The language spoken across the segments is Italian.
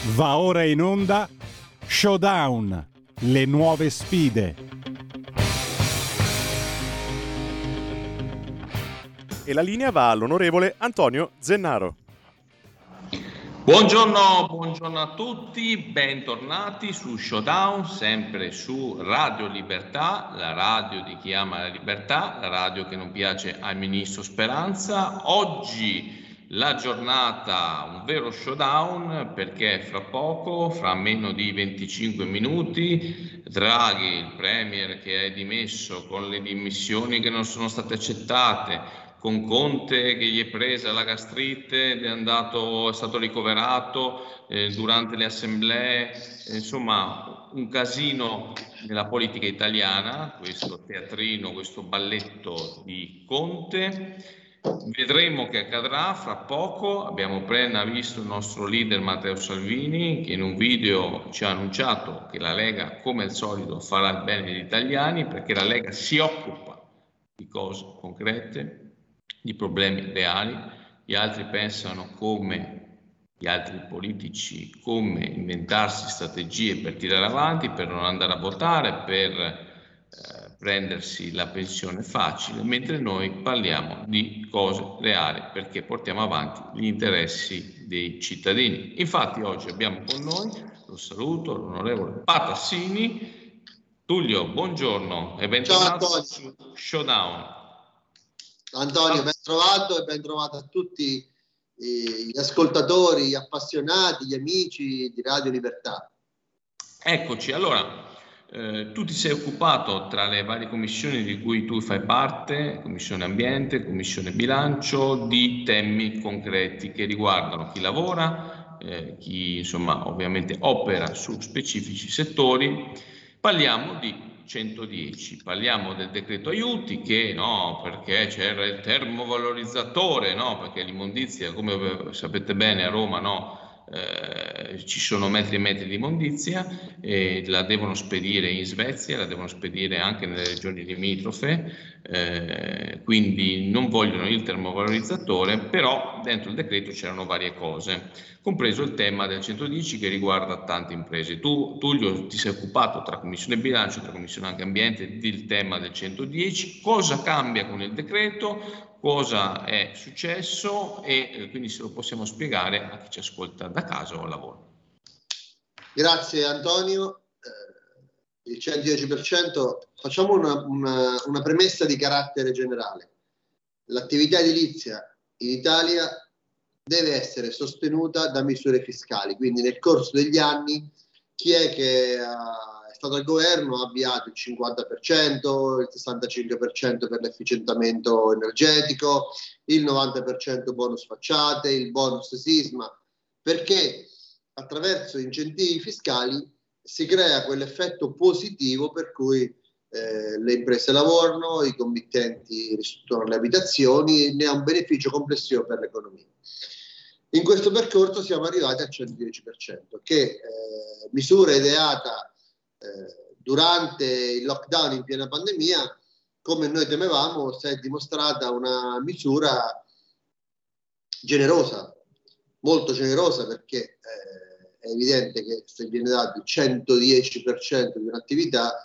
Va ora in onda Showdown, le nuove sfide. E la linea va all'onorevole Antonio Zennaro. Buongiorno a tutti, bentornati su Showdown, sempre su Radio Libertà, la radio di chi ama la libertà, la radio che non piace al ministro Speranza. Oggi la giornata, un vero showdown, perché fra poco, fra meno di 25 minuti, Draghi, il premier che è dimesso con le dimissioni che non sono state accettate, con Conte che gli è presa la gastrite, è stato ricoverato durante le assemblee, insomma un casino nella politica italiana, questo teatrino, questo balletto di Conte. Vedremo che accadrà fra poco. Abbiamo appena visto il nostro leader Matteo Salvini che in un video ci ha annunciato che la Lega, come al solito, farà il bene degli italiani, perché la Lega si occupa di cose concrete, di problemi reali. Gli altri pensano, come gli altri politici, come inventarsi strategie per tirare avanti, per non andare a votare, per prendersi la pensione facile, mentre noi parliamo di cose reali perché portiamo avanti gli interessi dei cittadini. Infatti oggi abbiamo con noi, lo saluto, l'onorevole Patassini. Tullio, buongiorno e bentornato su Showdown. Antonio, ben trovato e ben trovato a tutti gli ascoltatori, gli appassionati, gli amici di Radio Libertà. Eccoci, allora tu ti sei occupato tra le varie commissioni di cui tu fai parte, Commissione Ambiente, Commissione Bilancio, di temi concreti che riguardano chi lavora, chi insomma ovviamente opera su specifici settori. Parliamo di 110, parliamo del decreto aiuti che no, perché c'era il termovalorizzatore, no, perché l'immondizia, come sapete bene a Roma, no, ci sono metri e metri di immondizia e la devono spedire in Svezia, la devono spedire anche nelle regioni limitrofe, quindi non vogliono il termovalorizzatore, però dentro il decreto c'erano varie cose, compreso il tema del 110 che riguarda tante imprese. Tu, Tullio, ti sei occupato tra Commissione Bilancio, tra Commissione anche Ambiente del tema del 110, cosa cambia con il decreto? Cosa è successo e quindi se lo possiamo spiegare a chi ci ascolta da casa o al lavoro. Grazie Antonio. Il 110%, facciamo una premessa di carattere generale. L'attività edilizia in Italia deve essere sostenuta da misure fiscali, quindi nel corso degli anni chi è che è stato al governo ha avviato il 50%, il 65% per l'efficientamento energetico, il 90% bonus facciate, il bonus sisma, perché attraverso incentivi fiscali si crea quell'effetto positivo per cui le imprese lavorano, i committenti ristrutturano le abitazioni, ne ha un beneficio complessivo per l'economia. In questo percorso siamo arrivati al 110%, che misura ideata durante il lockdown in piena pandemia, come noi temevamo, si è dimostrata una misura generosa, molto generosa, perché è evidente che se viene dato il 110% di un'attività,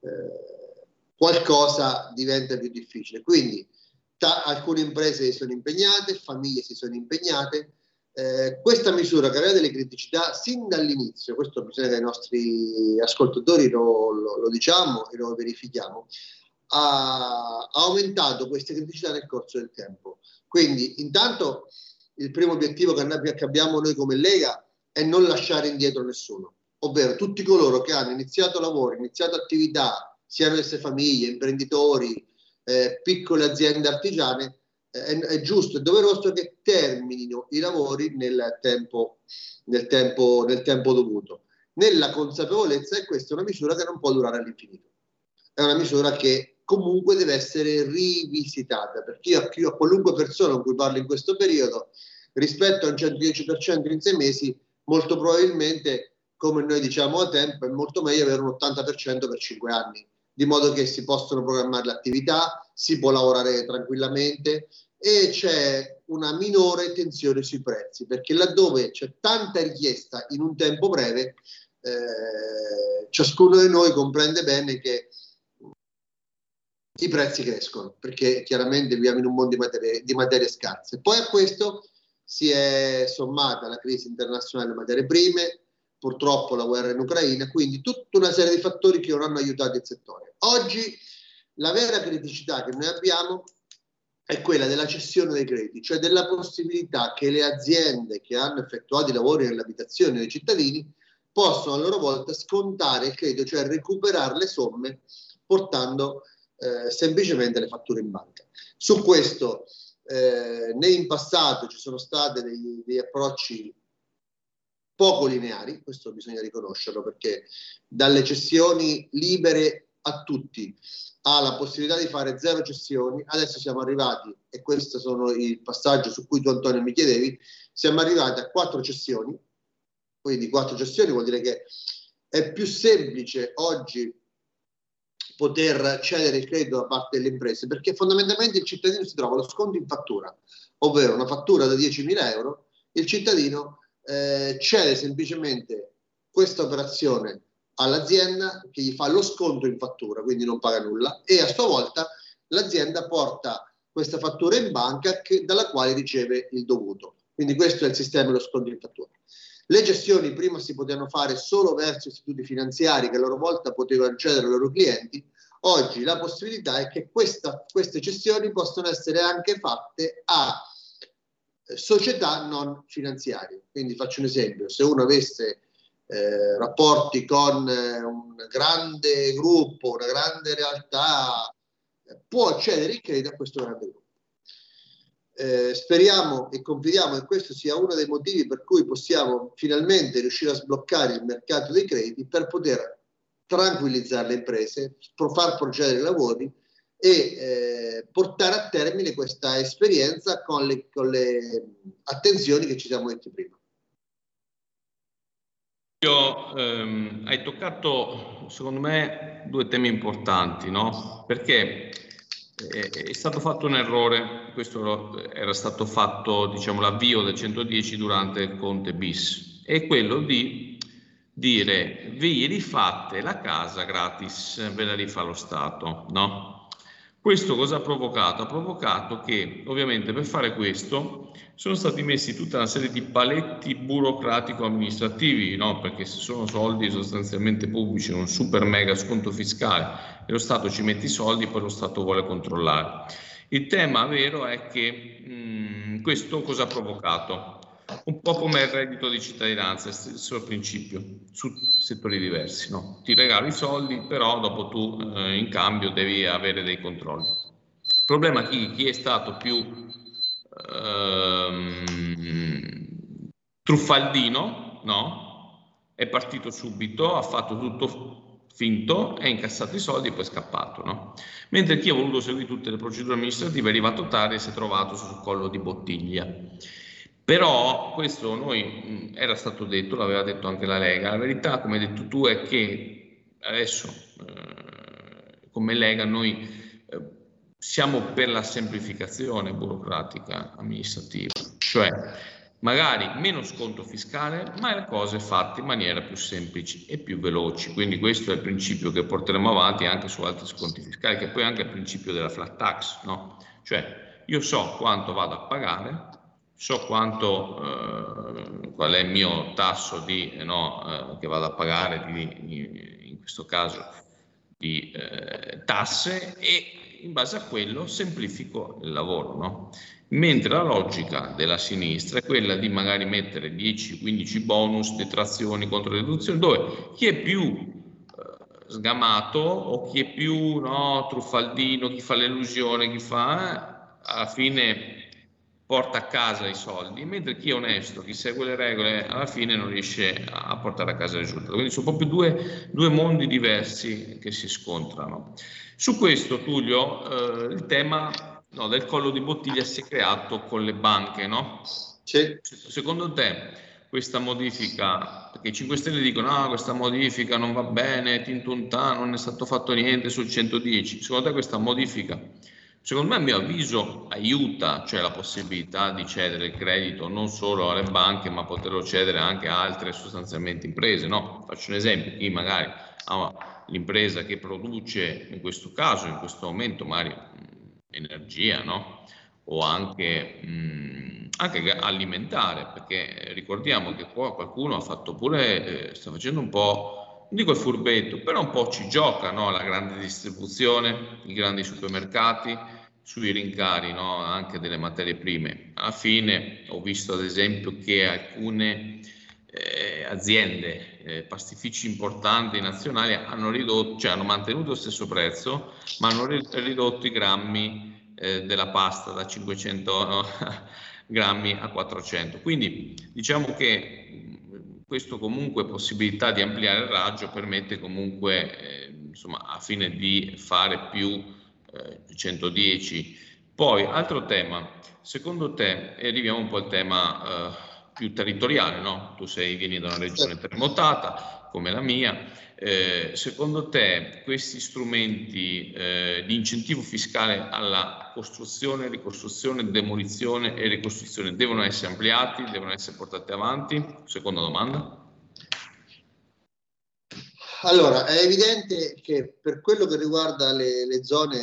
qualcosa diventa più difficile. Quindi alcune imprese si sono impegnate, famiglie si sono impegnate. Questa misura che aveva delle criticità sin dall'inizio, questo bisogna che ai nostri ascoltatori lo diciamo e lo verifichiamo, ha aumentato queste criticità nel corso del tempo. Quindi intanto il primo obiettivo che abbiamo noi come Lega è non lasciare indietro nessuno, ovvero tutti coloro che hanno iniziato lavoro, iniziato attività, siano esse famiglie, imprenditori, piccole aziende artigiane. È giusto e doveroso che terminino i lavori nel tempo dovuto, nella consapevolezza che questa è una misura che non può durare all'infinito, è una misura che comunque deve essere rivisitata, perché io a qualunque persona con cui parlo in questo periodo, rispetto al 110% in 6 mesi, molto probabilmente, come noi diciamo a tempo, è molto meglio avere un 80% per 5 anni, di modo che si possono programmare le attività, si può lavorare tranquillamente e c'è una minore tensione sui prezzi, perché laddove c'è tanta richiesta in un tempo breve, ciascuno di noi comprende bene che i prezzi crescono, perché chiaramente viviamo in un mondo di materie scarse. Poi a questo si è sommata la crisi internazionale delle materie prime, purtroppo la guerra in Ucraina, quindi tutta una serie di fattori che non hanno aiutato il settore. Oggi la vera criticità che noi abbiamo è quella della cessione dei crediti, cioè della possibilità che le aziende che hanno effettuato i lavori nelle abitazioni dei cittadini possono a loro volta scontare il credito, cioè recuperare le somme portando semplicemente le fatture in banca. Su questo né in passato ci sono stati degli approcci poco lineari, questo bisogna riconoscerlo, perché dalle cessioni libere a tutti alla possibilità di fare 0 cessioni, adesso siamo arrivati, e questo sono il passaggio su cui tu Antonio mi chiedevi, siamo arrivati a 4 cessioni, quindi 4 cessioni vuol dire che è più semplice oggi poter cedere il credito da parte delle imprese, perché fondamentalmente il cittadino si trova lo sconto in fattura, ovvero una fattura da 10.000 euro, il cittadino cede semplicemente questa operazione all'azienda che gli fa lo sconto in fattura, quindi non paga nulla, e a sua volta l'azienda porta questa fattura in banca dalla quale riceve il dovuto. Quindi questo è il sistema dello sconto in fattura. Le gestioni prima si potevano fare solo verso istituti finanziari che a loro volta potevano accedere ai loro clienti. Oggi la possibilità è che queste cessioni possono essere anche fatte a società non finanziarie. Quindi faccio un esempio: se uno avesse rapporti con un grande gruppo, una grande realtà, può accedere il credito a questo grande gruppo. Speriamo e confidiamo che questo sia uno dei motivi per cui possiamo finalmente riuscire a sbloccare il mercato dei crediti per poter tranquillizzare le imprese, far procedere i lavori e portare a termine questa esperienza con le attenzioni che ci siamo detti prima. Hai toccato, secondo me, 2 temi importanti, no? Perché è stato fatto un errore, questo era stato fatto, diciamo, l'avvio del 110 durante il Conte bis, è quello di dire: vi rifate la casa gratis, ve la rifà lo Stato, no? Questo cosa ha provocato? Ha provocato che, ovviamente, per fare questo sono stati messi tutta una serie di paletti burocratico-amministrativi, no? Perché se sono soldi sostanzialmente pubblici, un super mega sconto fiscale, e lo Stato ci mette i soldi, poi lo Stato vuole controllare. Il tema vero è che questo cosa ha provocato? Un po' come il reddito di cittadinanza, stesso principio, su settori diversi, no? Ti regalo i soldi, però dopo tu in cambio devi avere dei controlli. Il problema è chi è stato più truffaldino, no? È partito subito, ha fatto tutto finto, è incassato i soldi e poi è scappato, no? Mentre chi ha voluto seguire tutte le procedure amministrative è arrivato tardi e si è trovato sul collo di bottiglia. Però questo noi era stato detto, l'aveva detto anche la Lega. La verità, come hai detto tu, è che adesso come Lega noi siamo per la semplificazione burocratica amministrativa, cioè magari meno sconto fiscale, ma le cose fatte in maniera più semplici e più veloci. Quindi questo è il principio che porteremo avanti anche su altri sconti fiscali, che poi è anche il principio della flat tax, no? Cioè io so quanto vado a pagare, so qual è il mio tasso che vado a pagare in questo caso di tasse, e in base a quello semplifico il lavoro, no? Mentre la logica della sinistra è quella di magari mettere 10-15 bonus, detrazioni, controdeduzioni, dove chi è più sgamato o chi è più truffaldino, chi fa l'illusione, chi fa alla fine porta a casa i soldi, mentre chi è onesto, chi segue le regole, alla fine non riesce a portare a casa il risultato. Quindi sono proprio due mondi diversi che si scontrano. Su questo, Tullio, il tema del collo di bottiglia si è creato con le banche, no? Sì. Secondo te questa modifica, perché i 5 Stelle dicono questa modifica non va bene, tintuntà, non è stato fatto niente sul 110, secondo te questa modifica secondo me, a mio avviso, aiuta, cioè la possibilità di cedere il credito non solo alle banche, ma poterlo cedere anche a altre sostanzialmente imprese, no? Faccio un esempio: chi magari ha l'impresa che produce, in questo caso, in questo momento, magari energia, no? O anche alimentare, perché ricordiamo che qua qualcuno ha fatto pure, sta facendo un po', non dico il furbetto, però un po' ci gioca, no? La grande distribuzione, i grandi supermercati, sui rincari, no? Anche delle materie prime. Alla fine ho visto ad esempio che alcune aziende, pastifici importanti nazionali hanno ridotto, cioè hanno mantenuto lo stesso prezzo, ma hanno ridotto i grammi della pasta da 500 grammi a 400. Quindi diciamo che questo comunque possibilità di ampliare il raggio permette comunque insomma a fine di fare più 110. Poi altro tema, secondo te, e arriviamo un po' al tema più territoriale, no? Tu vieni da una regione terremotata come la mia. Secondo te questi strumenti di incentivo fiscale alla costruzione, ricostruzione, demolizione e ricostruzione devono essere ampliati, devono essere portati avanti? Seconda domanda. Allora, è evidente che per quello che riguarda le zone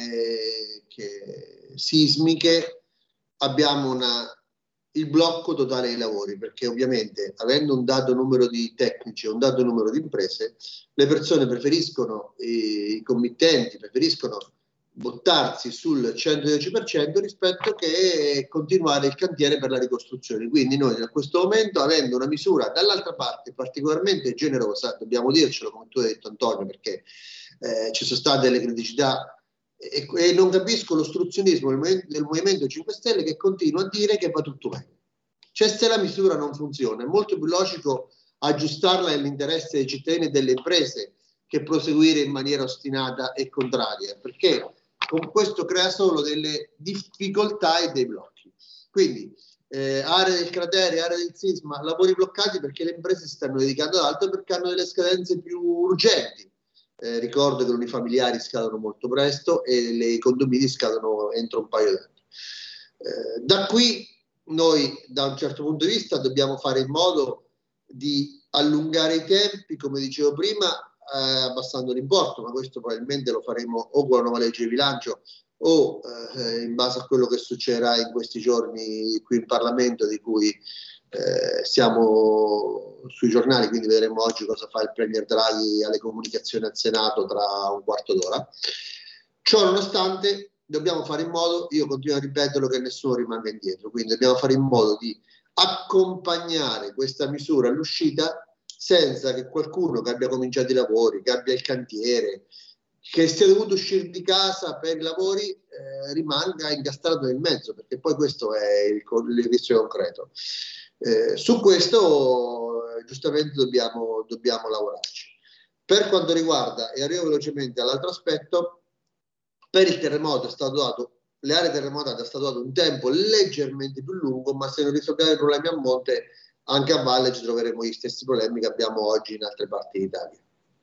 sismiche abbiamo il blocco totale dei lavori, perché ovviamente avendo un dato numero di tecnici e un dato numero di imprese, le persone preferiscono, i committenti preferiscono buttarsi sul 110% rispetto che continuare il cantiere per la ricostruzione. Quindi noi da questo momento, avendo una misura dall'altra parte particolarmente generosa, dobbiamo dircelo come tu hai detto Antonio, perché ci sono state delle criticità e non capisco l'ostruzionismo del Movimento 5 Stelle che continua a dire che va tutto bene. Cioè, se la misura non funziona è molto più logico aggiustarla nell'interesse dei cittadini e delle imprese che proseguire in maniera ostinata e contraria, perché con questo crea solo delle difficoltà e dei blocchi. Quindi aree del cratere, aree del sisma, lavori bloccati perché le imprese si stanno dedicando ad altro, perché hanno delle scadenze più urgenti. Ricordo che le unifamiliari scadono molto presto e i condomini scadono entro un paio d'anni. Da qui noi, da un certo punto di vista, dobbiamo fare in modo di allungare i tempi, come dicevo prima, abbassando l'importo, ma questo probabilmente lo faremo o con la nuova legge di bilancio o in base a quello che succederà in questi giorni qui in Parlamento, di cui siamo sui giornali, quindi vedremo oggi cosa fa il Premier Draghi alle comunicazioni al Senato tra un quarto d'ora. Ciò nonostante dobbiamo fare in modo, io continuo a ripeterlo, che nessuno rimanga indietro, quindi dobbiamo fare in modo di accompagnare questa misura all'uscita senza che qualcuno che abbia cominciato i lavori, che abbia il cantiere, che sia dovuto uscire di casa per i lavori, rimanga incastrato nel mezzo, perché poi questo è il rischio concreto. Su questo giustamente dobbiamo lavorarci. Per quanto riguarda, e arrivo velocemente all'altro aspetto, per il terremoto è stato dato, le aree terremotate è stato dato un tempo leggermente più lungo, ma se non risolviamo i problemi a monte, anche a valle ci troveremo gli stessi problemi che abbiamo oggi in altre parti d'Italia.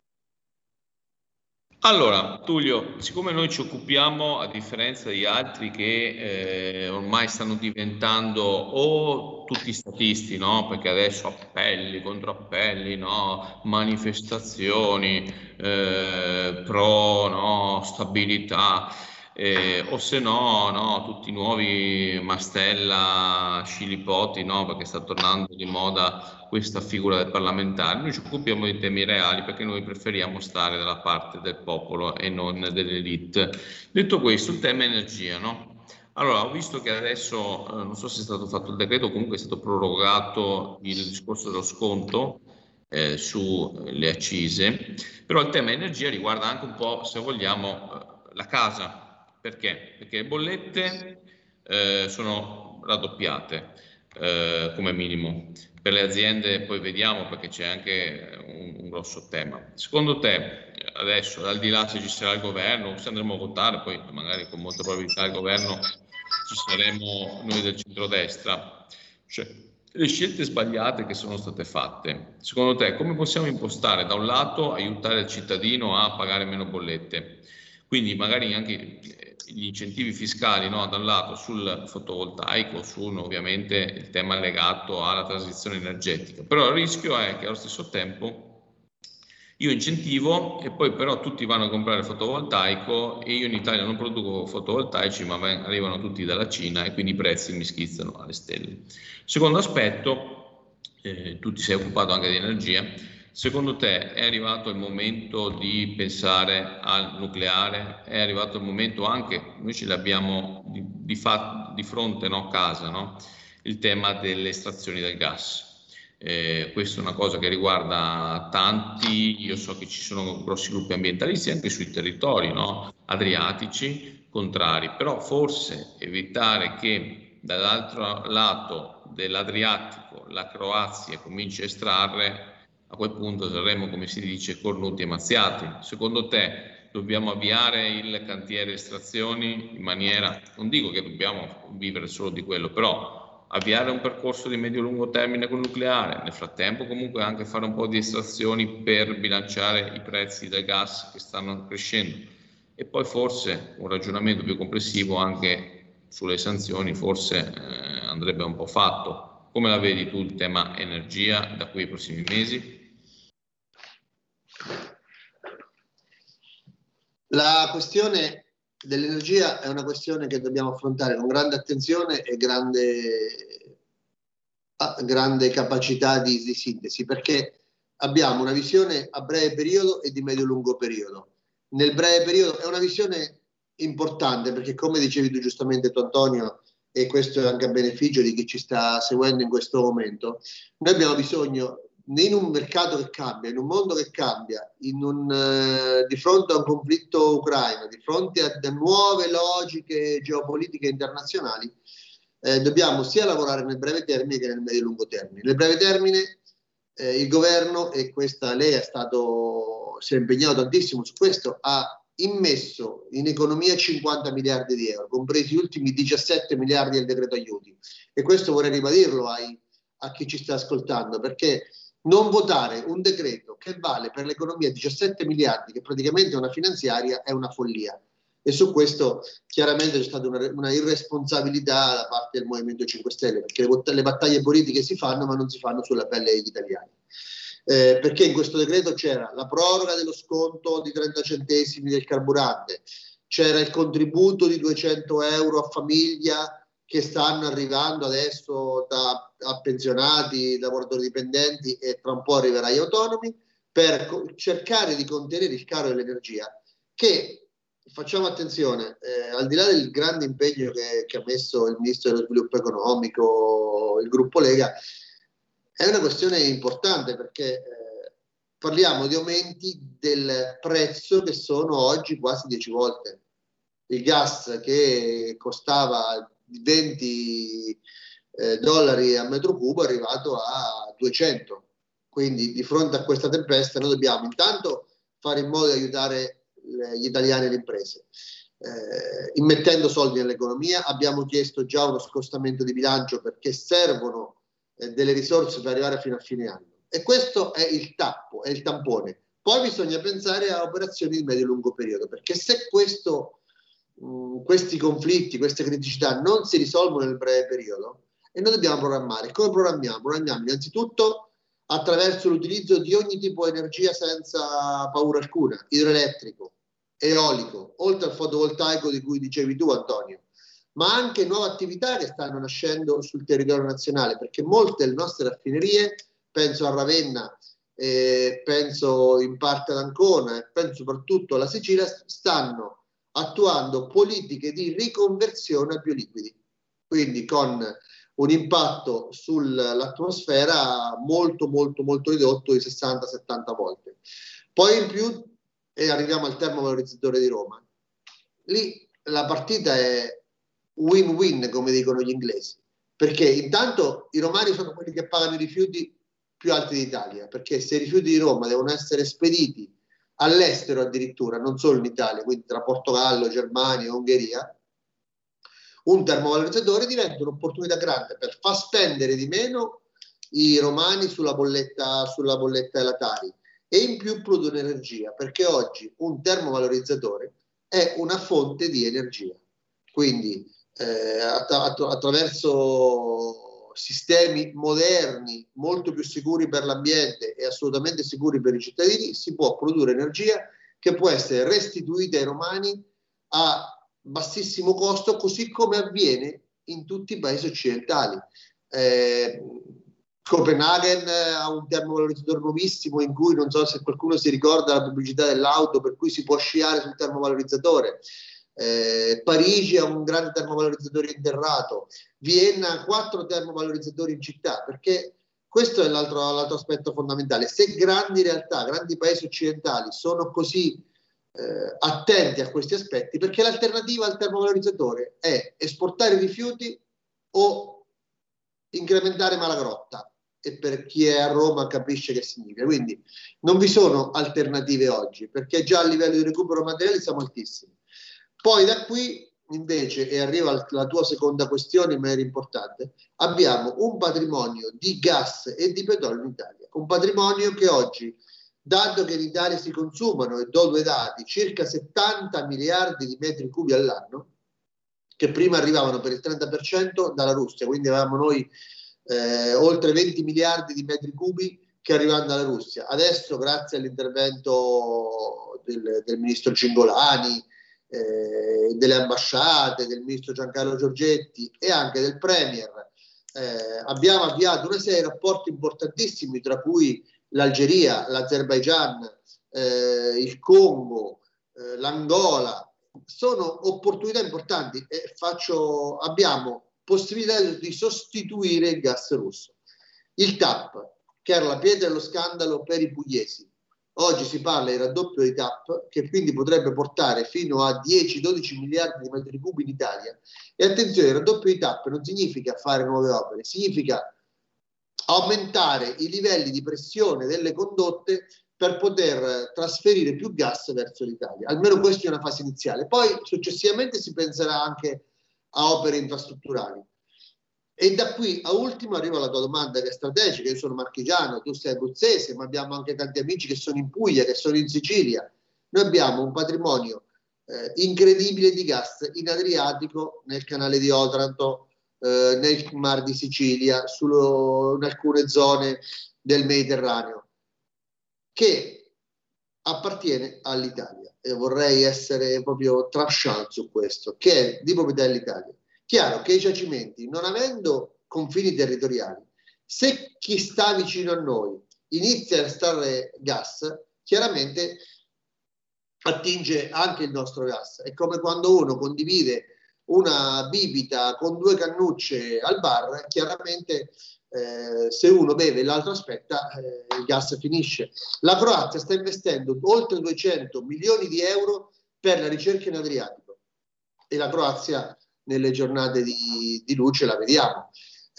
Allora, Tullio, siccome noi ci occupiamo, a differenza di altri che ormai stanno diventando o tutti statisti, no? Perché adesso appelli, controappelli, no? Manifestazioni pro, no? Stabilità, o se no, tutti nuovi Mastella, Scilipoti, no? Perché sta tornando di moda questa figura del parlamentare. Noi ci occupiamo di temi reali perché noi preferiamo stare dalla parte del popolo e non dell'elite. Detto questo, il tema energia, no? Allora, ho visto che adesso, non so se è stato fatto il decreto, comunque è stato prorogato il discorso dello sconto sulle accise, però il tema energia riguarda anche un po', se vogliamo, la casa. Perché? Perché le bollette sono raddoppiate come minimo. Per le aziende poi vediamo, perché c'è anche un grosso tema. Secondo te, adesso, al di là se ci sarà il governo, se andremo a votare, poi magari con molta probabilità il governo ci saremo noi del centrodestra, cioè le scelte sbagliate che sono state fatte, secondo te come possiamo impostare? Da un lato aiutare il cittadino a pagare meno bollette, Quindi magari anche gli incentivi fiscali, no, da un lato sul fotovoltaico, su ovviamente il tema legato alla transizione energetica, però il rischio è che allo stesso tempo io incentivo e poi però tutti vanno a comprare fotovoltaico e io in Italia non produco fotovoltaici, ma arrivano tutti dalla Cina e quindi i prezzi mi schizzano alle stelle. Secondo aspetto, tu ti sei occupato anche di energia, secondo te è arrivato il momento di pensare al nucleare? È arrivato il momento anche, noi ce l'abbiamo di fronte, no, a casa, no? Il tema delle estrazioni del gas. Questa è una cosa che riguarda tanti, io so che ci sono grossi gruppi ambientalisti anche sui territori, no, adriatici contrari, però forse evitare che dall'altro lato dell'Adriatico la Croazia cominci a estrarre, a quel punto saremmo, come si dice, cornuti e mazziati. Secondo te dobbiamo avviare il cantiere estrazioni in maniera, non dico che dobbiamo vivere solo di quello, però avviare un percorso di medio-lungo termine con il nucleare, nel frattempo comunque anche fare un po' di estrazioni per bilanciare i prezzi del gas che stanno crescendo e poi forse un ragionamento più complessivo anche sulle sanzioni forse andrebbe un po' fatto. Come la vedi tu il tema energia da qui ai prossimi mesi? La questione dell'energia è una questione che dobbiamo affrontare con grande attenzione e grande capacità di sintesi, perché abbiamo una visione a breve periodo e di medio-lungo periodo. Nel breve periodo è una visione importante perché, come dicevi tu giustamente tu Antonio, e questo è anche a beneficio di chi ci sta seguendo in questo momento, noi abbiamo bisogno in un mercato che cambia, in un mondo che cambia, di fronte a un conflitto ucraino, di fronte a nuove logiche geopolitiche internazionali, dobbiamo sia lavorare nel breve termine che nel medio-lungo termine. Nel breve termine il governo, e lei si è impegnato tantissimo su questo, ha immesso in economia 50 miliardi di euro, compresi gli ultimi 17 miliardi del decreto aiuti. E questo vorrei ribadirlo a chi ci sta ascoltando, perché non votare un decreto che vale per l'economia 17 miliardi, che praticamente è una finanziaria, è una follia. E su questo chiaramente c'è stata una irresponsabilità da parte del Movimento 5 Stelle, perché le battaglie politiche si fanno, ma non si fanno sulla pelle degli italiani. Perché in questo decreto c'era la proroga dello sconto di 30 centesimi del carburante, c'era il contributo di 200 euro a famiglia che stanno arrivando adesso a pensionati, lavoratori dipendenti e tra un po' arriverà agli autonomi, per cercare di contenere il caro dell'energia, che, facciamo attenzione, al di là del grande impegno che ha messo il Ministro dello Sviluppo Economico, il gruppo Lega, è una questione importante perché parliamo di aumenti del prezzo che sono oggi quasi 10 volte. Il gas che costava 20 dollari a metro cubo è arrivato a 200. Quindi di fronte a questa tempesta noi dobbiamo intanto fare in modo di aiutare gli italiani e le imprese, immettendo soldi nell'economia. Abbiamo chiesto già uno scostamento di bilancio perché servono delle risorse per arrivare fino a fine anno. E questo è il tappo, è il tampone. Poi bisogna pensare a operazioni di medio-lungo periodo, perché se questi conflitti, queste criticità non si risolvono nel breve periodo, e noi dobbiamo programmare. Come programmiamo? Programmiamo innanzitutto attraverso l'utilizzo di ogni tipo di energia senza paura alcuna, idroelettrico, eolico, oltre al fotovoltaico di cui dicevi tu Antonio, ma anche nuove attività che stanno nascendo sul territorio nazionale, perché molte delle nostre raffinerie, penso a Ravenna, penso in parte ad Ancona e penso soprattutto alla Sicilia, stanno attuando politiche di riconversione a bioliquidi, quindi con un impatto sull'atmosfera molto molto molto ridotto di 60-70 volte. Poi in più arriviamo al termovalorizzatore di Roma. Lì la partita è win-win, come dicono gli inglesi, perché intanto i romani sono quelli che pagano i rifiuti più alti d'Italia, perché se i rifiuti di Roma devono essere spediti all'estero addirittura, non solo in Italia, quindi tra Portogallo, Germania e Ungheria, un termovalorizzatore diventa un'opportunità grande per far spendere di meno i romani sulla bolletta della Tari e in più produrre energia, perché oggi un termovalorizzatore è una fonte di energia. Quindi attraverso sistemi moderni, molto più sicuri per l'ambiente e assolutamente sicuri per i cittadini, si può produrre energia che può essere restituita ai romani a bassissimo costo, così come avviene in tutti i paesi occidentali. Copenaghen ha un termovalorizzatore nuovissimo in cui, non so se qualcuno si ricorda la pubblicità dell'auto, per cui si può sciare sul termovalorizzatore. Parigi ha un grande termovalorizzatore interrato. Vienna ha 4 termovalorizzatori in città, perché questo è l'altro aspetto fondamentale. Se grandi realtà, grandi paesi occidentali sono così attenti a questi aspetti, perché l'alternativa al termovalorizzatore è esportare rifiuti o incrementare Malagrotta, e per chi è a Roma capisce che significa. Quindi non vi sono alternative oggi, perché già a livello di recupero materiale siamo altissimi. Poi da qui invece, e arriva la tua seconda questione, ma era importante, abbiamo un patrimonio di gas e di petrolio in Italia, un patrimonio che oggi, dato che in Italia si consumano, e do 2 dati, circa 70 miliardi di metri cubi all'anno, che prima arrivavano per il 30% dalla Russia, quindi avevamo noi oltre 20 miliardi di metri cubi che arrivano dalla Russia. Adesso, grazie all'intervento del ministro Cingolani, delle ambasciate, del ministro Giancarlo Giorgetti e anche del Premier, abbiamo avviato una serie di rapporti importantissimi, tra cui l'Algeria, l'Azerbaigian, il Congo, l'Angola. Sono opportunità importanti e abbiamo possibilità di sostituire il gas russo. Il TAP, che era la pietra dello scandalo per i pugliesi, oggi si parla di raddoppio di TAP, che quindi potrebbe portare fino a 10-12 miliardi di metri cubi in Italia. E attenzione, il raddoppio di TAP non significa fare nuove opere, significa aumentare i livelli di pressione delle condotte per poter trasferire più gas verso l'Italia. Almeno questa è una fase iniziale. Poi successivamente si penserà anche a opere infrastrutturali. E da qui a ultimo arriva la tua domanda, che è strategica. Io sono marchigiano, tu sei abruzzese, ma abbiamo anche tanti amici che sono in Puglia, che sono in Sicilia. Noi abbiamo un patrimonio incredibile di gas in Adriatico, nel canale di Otranto, nel Mar di Sicilia, in alcune zone del Mediterraneo, che appartiene all'Italia, e vorrei essere proprio tranchant su questo, che è di proprietà dell'Italia. Chiaro che i giacimenti, non avendo confini territoriali, se chi sta vicino a noi inizia a estrarre gas, chiaramente attinge anche il nostro gas. È come quando uno condivide una bibita con 2 cannucce al bar, chiaramente se uno beve e l'altro aspetta, il gas finisce. La Croazia sta investendo oltre 200 milioni di euro per la ricerca in Adriatico, e la Croazia nelle giornate di luce la vediamo.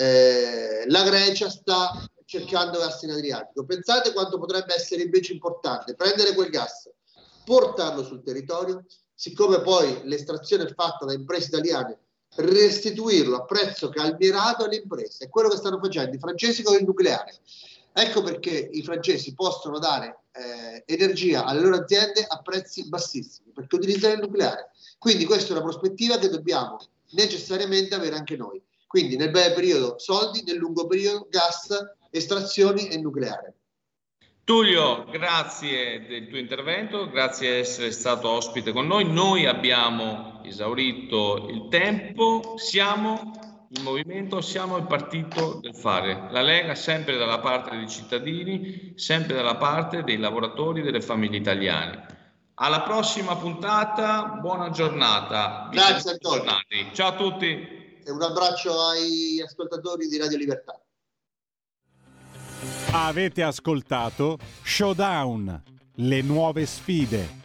La Grecia sta cercando gas in Adriatico. Pensate quanto potrebbe essere invece importante prendere quel gas, portarlo sul territorio, siccome poi l'estrazione è fatta da imprese italiane, restituirlo a prezzo calmierato alle imprese. È quello che stanno facendo i francesi con il nucleare. Ecco perché i francesi possono dare energia alle loro aziende a prezzi bassissimi, perché utilizzano il nucleare. Quindi questa è una prospettiva che dobbiamo necessariamente avere anche noi. Quindi nel breve periodo soldi, nel lungo periodo gas, estrazioni e nucleare. Tullio, grazie del tuo intervento, grazie di essere stato ospite con noi. Noi abbiamo esaurito il tempo, siamo il movimento, siamo il partito del fare. La Lega sempre dalla parte dei cittadini, sempre dalla parte dei lavoratori, delle famiglie italiane. Alla prossima puntata, buona giornata. Grazie Antonio. Ciao a tutti. E un abbraccio ai ascoltatori di Radio Libertà. Avete ascoltato Showdown, le nuove sfide.